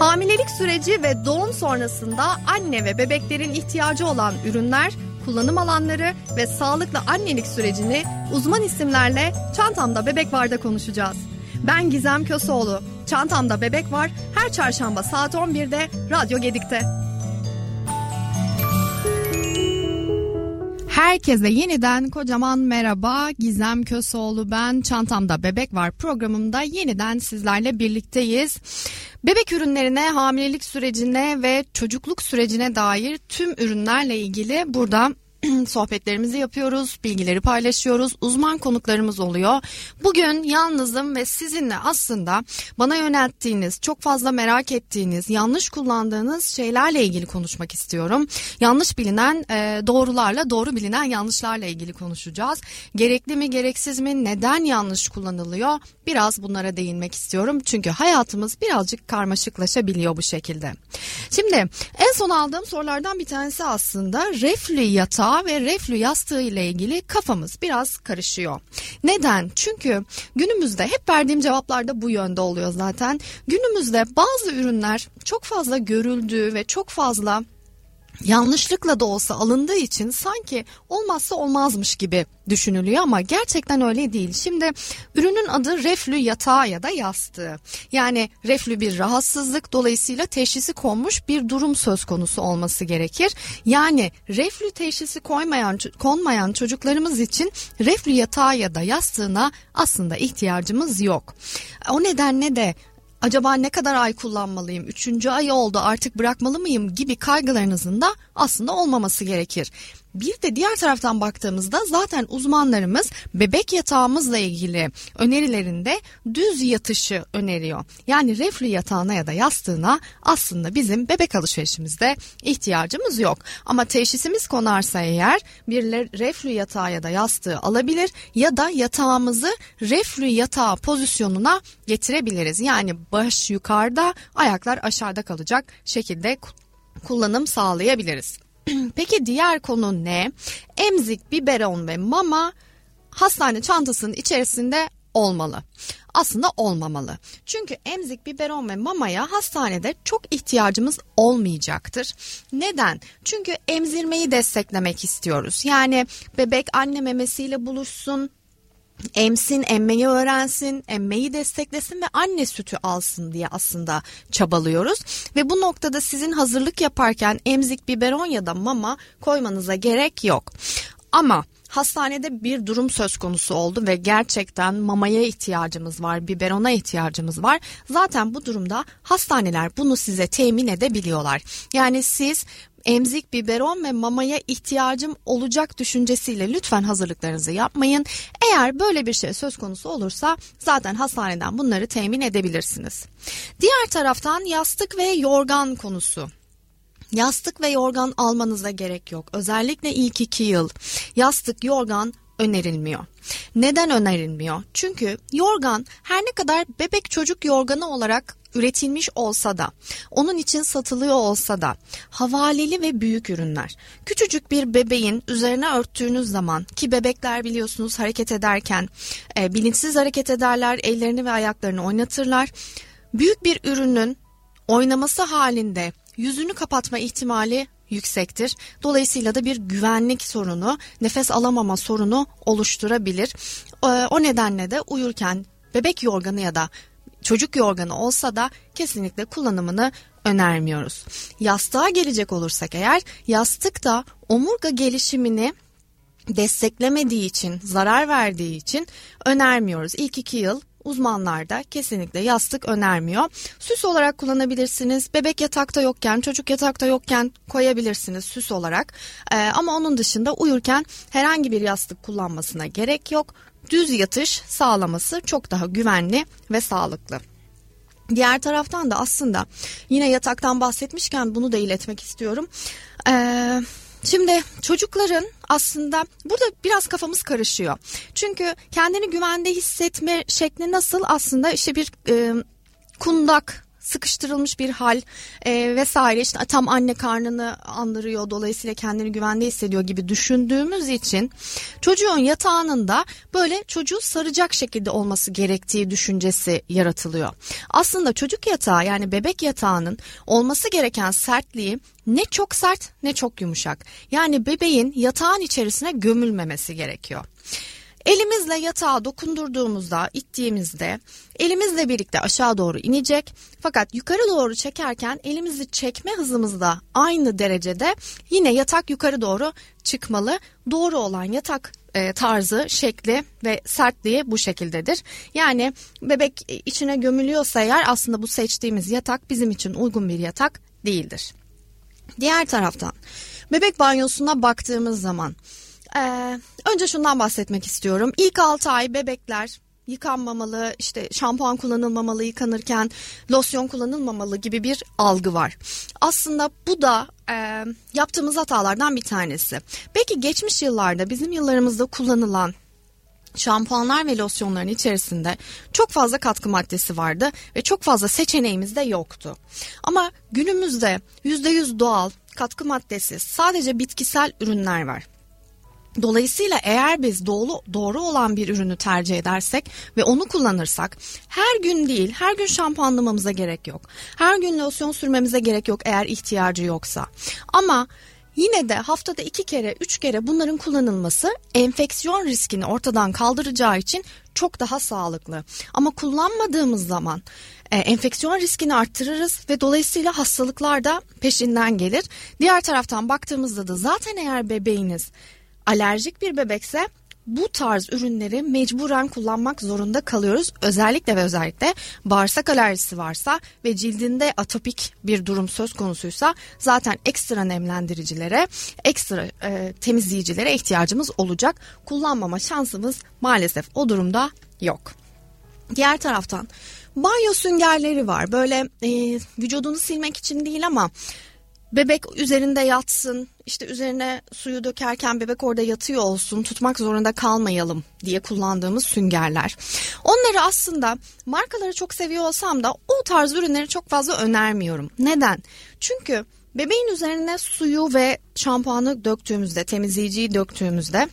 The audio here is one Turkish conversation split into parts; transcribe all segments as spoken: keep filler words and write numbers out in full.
Hamilelik süreci ve doğum sonrasında anne ve bebeklerin ihtiyacı olan ürünler, kullanım alanları ve sağlıklı annelik sürecini uzman isimlerle Çantamda Bebek Var'da konuşacağız. Ben Gizem Köseoğlu. Çantamda Bebek Var her çarşamba saat on birde Radyo Gedik'te. Herkese yeniden kocaman merhaba. Gizem Köseoğlu ben. Çantamda Bebek Var programımda yeniden sizlerle birlikteyiz. Bebek ürünlerine, hamilelik sürecine ve çocukluk sürecine dair tüm ürünlerle ilgili burada sohbetlerimizi yapıyoruz, bilgileri paylaşıyoruz, uzman konuklarımız oluyor. Bugün yalnızım ve sizinle aslında bana yönelttiğiniz, çok fazla merak ettiğiniz, yanlış kullandığınız şeylerle ilgili konuşmak istiyorum. Yanlış bilinen e, doğrularla, doğru bilinen yanlışlarla ilgili konuşacağız. Gerekli mi, gereksiz mi, neden yanlış kullanılıyor? Biraz bunlara değinmek istiyorum. Çünkü hayatımız birazcık karmaşıklaşabiliyor bu şekilde. Şimdi en son aldığım sorulardan bir tanesi aslında reflü yatağı ve reflü yastığı ile ilgili kafamız biraz karışıyor. Neden? Çünkü günümüzde hep verdiğim cevaplarda bu yönde oluyor zaten. Günümüzde bazı ürünler çok fazla görüldüğü ve çok fazla yanlışlıkla da olsa alındığı için sanki olmazsa olmazmış gibi düşünülüyor ama gerçekten öyle değil. Şimdi ürünün adı reflü yatağı ya da yastığı. Yani reflü bir rahatsızlık, dolayısıyla teşhisi konmuş bir durum söz konusu olması gerekir. Yani reflü teşhisi koymayan, konmayan çocuklarımız için reflü yatağı ya da yastığına aslında ihtiyacımız yok. O nedenle de acaba ne kadar ay kullanmalıyım, üçüncü ay oldu artık bırakmalı mıyım gibi kaygılarınızın da aslında olmaması gerekir. Bir de diğer taraftan baktığımızda zaten uzmanlarımız bebek yatağımızla ilgili önerilerinde düz yatışı öneriyor. Yani reflü yatağına ya da yastığına aslında bizim bebek alışverişimizde ihtiyacımız yok. Ama teşhisimiz konarsa eğer bir reflü yatağı ya da yastığı alabilir ya da yatağımızı reflü yatağı pozisyonuna getirebiliriz. Yani baş yukarıda, ayaklar aşağıda kalacak şekilde kullanım sağlayabiliriz. Peki diğer konu ne? Emzik, biberon ve mama hastane çantasının içerisinde olmalı. Aslında olmamalı. Çünkü emzik, biberon ve mamaya hastanede çok ihtiyacımız olmayacaktır. Neden? Çünkü emzirmeyi desteklemek istiyoruz. Yani bebek anne memesiyle buluşsun, emsin, emmeyi öğrensin, emmeyi desteklesin ve anne sütü alsın diye aslında çabalıyoruz. Ve bu noktada sizin hazırlık yaparken emzik, biberon ya da mama koymanıza gerek yok. Ama hastanede bir durum söz konusu oldu ve gerçekten mamaya ihtiyacımız var, biberona ihtiyacımız var. Zaten bu durumda hastaneler bunu size temin edebiliyorlar. Yani siz emzik, biberon ve mamaya ihtiyacım olacak düşüncesiyle lütfen hazırlıklarınızı yapmayın. Eğer böyle bir şey söz konusu olursa zaten hastaneden bunları temin edebilirsiniz. Diğer taraftan yastık ve yorgan konusu. Yastık ve yorgan almanıza gerek yok. Özellikle ilk iki yıl yastık, yorgan önerilmiyor. Neden önerilmiyor? Çünkü yorgan her ne kadar bebek çocuk yorganı olarak üretilmiş olsa da, onun için satılıyor olsa da havaleli ve büyük ürünler. Küçücük bir bebeğin üzerine örttüğünüz zaman, ki bebekler biliyorsunuz hareket ederken e, bilinçsiz hareket ederler, ellerini ve ayaklarını oynatırlar. Büyük bir ürünün oynaması halinde yüzünü kapatma ihtimali yüksektir. Dolayısıyla da bir güvenlik sorunu, nefes alamama sorunu oluşturabilir. E, o nedenle de uyurken bebek yorganı ya da çocuk yorganı olsa da kesinlikle kullanımını önermiyoruz. Yastığa gelecek olursak eğer, yastık da omurga gelişimini desteklemediği için, zarar verdiği için önermiyoruz. İlk iki yıl uzmanlar da kesinlikle yastık önermiyor. Süs olarak kullanabilirsiniz. Bebek yatakta yokken, çocuk yatakta yokken koyabilirsiniz süs olarak. Ee, ama onun dışında uyurken herhangi bir yastık kullanmasına gerek yok. Düz yatış sağlaması çok daha güvenli ve sağlıklı. Diğer taraftan da aslında yine yataktan bahsetmişken bunu da iletmek istiyorum. Ee, şimdi çocukların aslında burada biraz kafamız karışıyor. Çünkü kendini güvende hissetme şekli nasıl? Aslında işte bir e, kundak sıkıştırılmış bir hal e, vesaire, işte tam anne karnını andırıyor, dolayısıyla kendini güvende hissediyor gibi düşündüğümüz için çocuğun yatağının da böyle çocuğu saracak şekilde olması gerektiği düşüncesi yaratılıyor. Aslında çocuk yatağı, yani bebek yatağının olması gereken sertliği ne çok sert ne çok yumuşak. Yani bebeğin yatağın içerisine gömülmemesi gerekiyor. Elimizle yatağa dokundurduğumuzda, ittiğimizde elimizle birlikte aşağı doğru inecek. Fakat yukarı doğru çekerken elimizi çekme hızımız da aynı derecede yine yatak yukarı doğru çıkmalı. Doğru olan yatak e, tarzı, şekli ve sertliği bu şekildedir. Yani bebek içine gömülüyorsa eğer, aslında bu seçtiğimiz yatak bizim için uygun bir yatak değildir. Diğer taraftan bebek banyosuna baktığımız zaman Ee, önce şundan bahsetmek istiyorum. İlk altı ay bebekler yıkanmamalı, işte şampuan kullanılmamalı, yıkanırken losyon kullanılmamalı gibi bir algı var. Aslında bu da e, yaptığımız hatalardan bir tanesi. Belki geçmiş yıllarda, bizim yıllarımızda kullanılan şampuanlar ve losyonların içerisinde çok fazla katkı maddesi vardı ve çok fazla seçeneğimiz de yoktu. Ama günümüzde yüzde yüz doğal, katkı maddesiz, sadece bitkisel ürünler var. Dolayısıyla eğer biz doğru, doğru olan bir ürünü tercih edersek ve onu kullanırsak, her gün değil, her gün şampuanlamamıza gerek yok. Her gün losyon sürmemize gerek yok eğer ihtiyacı yoksa. Ama yine de haftada iki kere, üç kere bunların kullanılması enfeksiyon riskini ortadan kaldıracağı için çok daha sağlıklı. Ama kullanmadığımız zaman e, enfeksiyon riskini arttırırız ve dolayısıyla hastalıklar da peşinden gelir. Diğer taraftan baktığımızda da zaten eğer bebeğiniz alerjik bir bebekse bu tarz ürünleri mecburen kullanmak zorunda kalıyoruz. Özellikle ve özellikle bağırsak alerjisi varsa ve cildinde atopik bir durum söz konusuysa zaten ekstra nemlendiricilere, ekstra e, temizleyicilere ihtiyacımız olacak. Kullanmama şansımız maalesef o durumda yok. Diğer taraftan banyo süngerleri var. Böyle e, vücudunu silmek için değil ama bebek üzerinde yatsın, işte üzerine suyu dökerken bebek orada yatıyor olsun, tutmak zorunda kalmayalım diye kullandığımız süngerler. Onları aslında markaları çok seviyor olsam da o tarz ürünleri çok fazla önermiyorum. Neden? Çünkü bebeğin üzerine suyu ve şampuanı döktüğümüzde, temizleyiciyi döktüğümüzde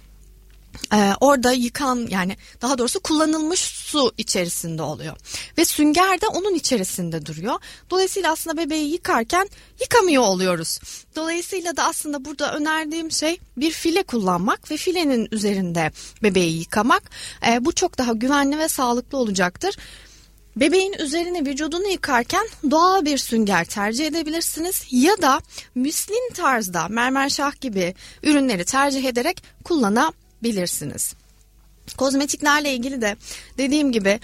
Ee, orada yıkan, yani daha doğrusu kullanılmış su içerisinde oluyor ve sünger de onun içerisinde duruyor. Dolayısıyla aslında bebeği yıkarken yıkamıyor oluyoruz. Dolayısıyla da aslında burada önerdiğim şey bir file kullanmak ve filenin üzerinde bebeği yıkamak. Ee, bu çok daha güvenli ve sağlıklı olacaktır. Bebeğin üzerine vücudunu yıkarken doğal bir sünger tercih edebilirsiniz ya da müslin tarzda mermer şah gibi ürünleri tercih ederek kullanabilirsiniz. bilirsiniz. Kozmetiklerle ilgili de dediğim gibi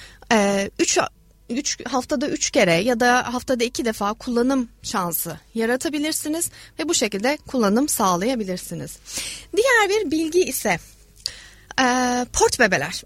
üç üç haftada üç kere ya da haftada iki defa kullanım şansı yaratabilirsiniz ve bu şekilde kullanım sağlayabilirsiniz. Diğer bir bilgi ise e, port bebeler.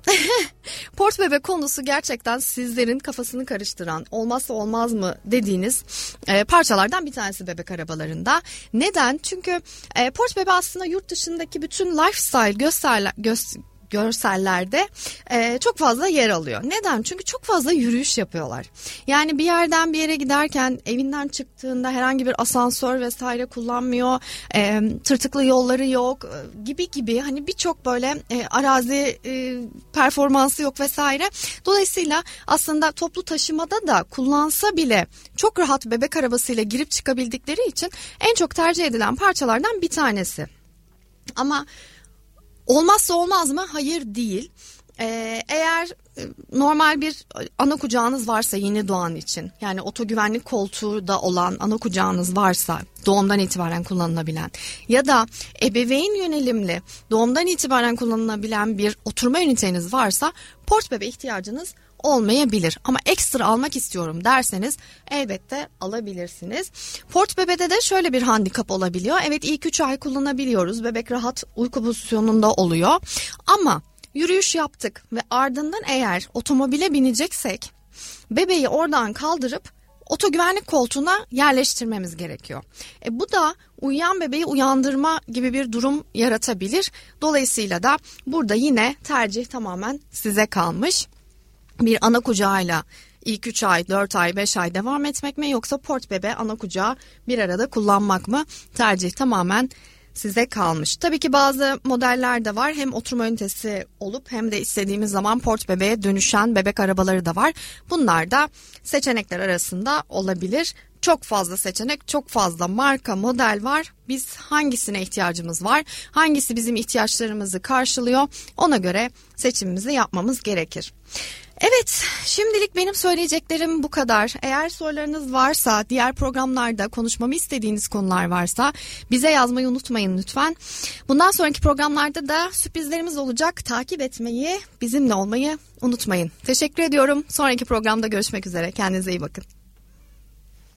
Port bebe konusu gerçekten sizlerin kafasını karıştıran, olmazsa olmaz mı dediğiniz e, parçalardan bir tanesi bebek arabalarında. Neden? Çünkü e, port bebe aslında yurt dışındaki bütün lifestyle gösterler, göster görsellerde e, çok fazla yer alıyor. Neden? Çünkü çok fazla yürüyüş yapıyorlar. Yani bir yerden bir yere giderken evinden çıktığında herhangi bir asansör vesaire kullanmıyor. E, tırtıklı yolları yok e, gibi gibi, hani birçok böyle e, arazi e, performansı yok vesaire. Dolayısıyla aslında toplu taşımada da kullansa bile çok rahat bebek arabasıyla girip çıkabildikleri için en çok tercih edilen parçalardan bir tanesi. Ama olmazsa olmaz mı? Hayır, değil. Ee, eğer normal bir ana kucağınız varsa yeni doğan için, yani otogüvenlik koltuğu da olan ana kucağınız varsa, doğumdan itibaren kullanılabilen ya da ebeveyn yönelimli doğumdan itibaren kullanılabilen bir oturma üniteniz varsa port bebe ihtiyacınız olmayabilir. Ama ekstra almak istiyorum derseniz elbette alabilirsiniz. Port bebede de şöyle bir handikap olabiliyor. Evet, ilk üç ay kullanabiliyoruz. Bebek rahat uyku pozisyonunda oluyor. Ama yürüyüş yaptık ve ardından eğer otomobile bineceksek bebeği oradan kaldırıp otogüvenlik koltuğuna yerleştirmemiz gerekiyor. E bu da uyuyan bebeği uyandırma gibi bir durum yaratabilir. Dolayısıyla da burada yine tercih tamamen size kalmış. Bir ana kucağıyla İlk üç ay, dört ay, beş ay devam etmek mi yoksa port bebe, ana kucağı bir arada kullanmak mı? Tercih tamamen size kalmış. Tabii ki bazı modeller de var. Hem oturma ünitesi olup hem de istediğimiz zaman port bebeğe dönüşen bebek arabaları da var. Bunlar da seçenekler arasında olabilir. Çok fazla seçenek, çok fazla marka, model var. Biz hangisine ihtiyacımız var? Hangisi bizim ihtiyaçlarımızı karşılıyor? Ona göre seçimimizi yapmamız gerekir. Evet, şimdilik benim söyleyeceklerim bu kadar. Eğer sorularınız varsa, diğer programlarda konuşmamı istediğiniz konular varsa bize yazmayı unutmayın lütfen. Bundan sonraki programlarda da sürprizlerimiz olacak. Takip etmeyi, bizimle olmayı unutmayın. Teşekkür ediyorum. Sonraki programda görüşmek üzere. Kendinize iyi bakın.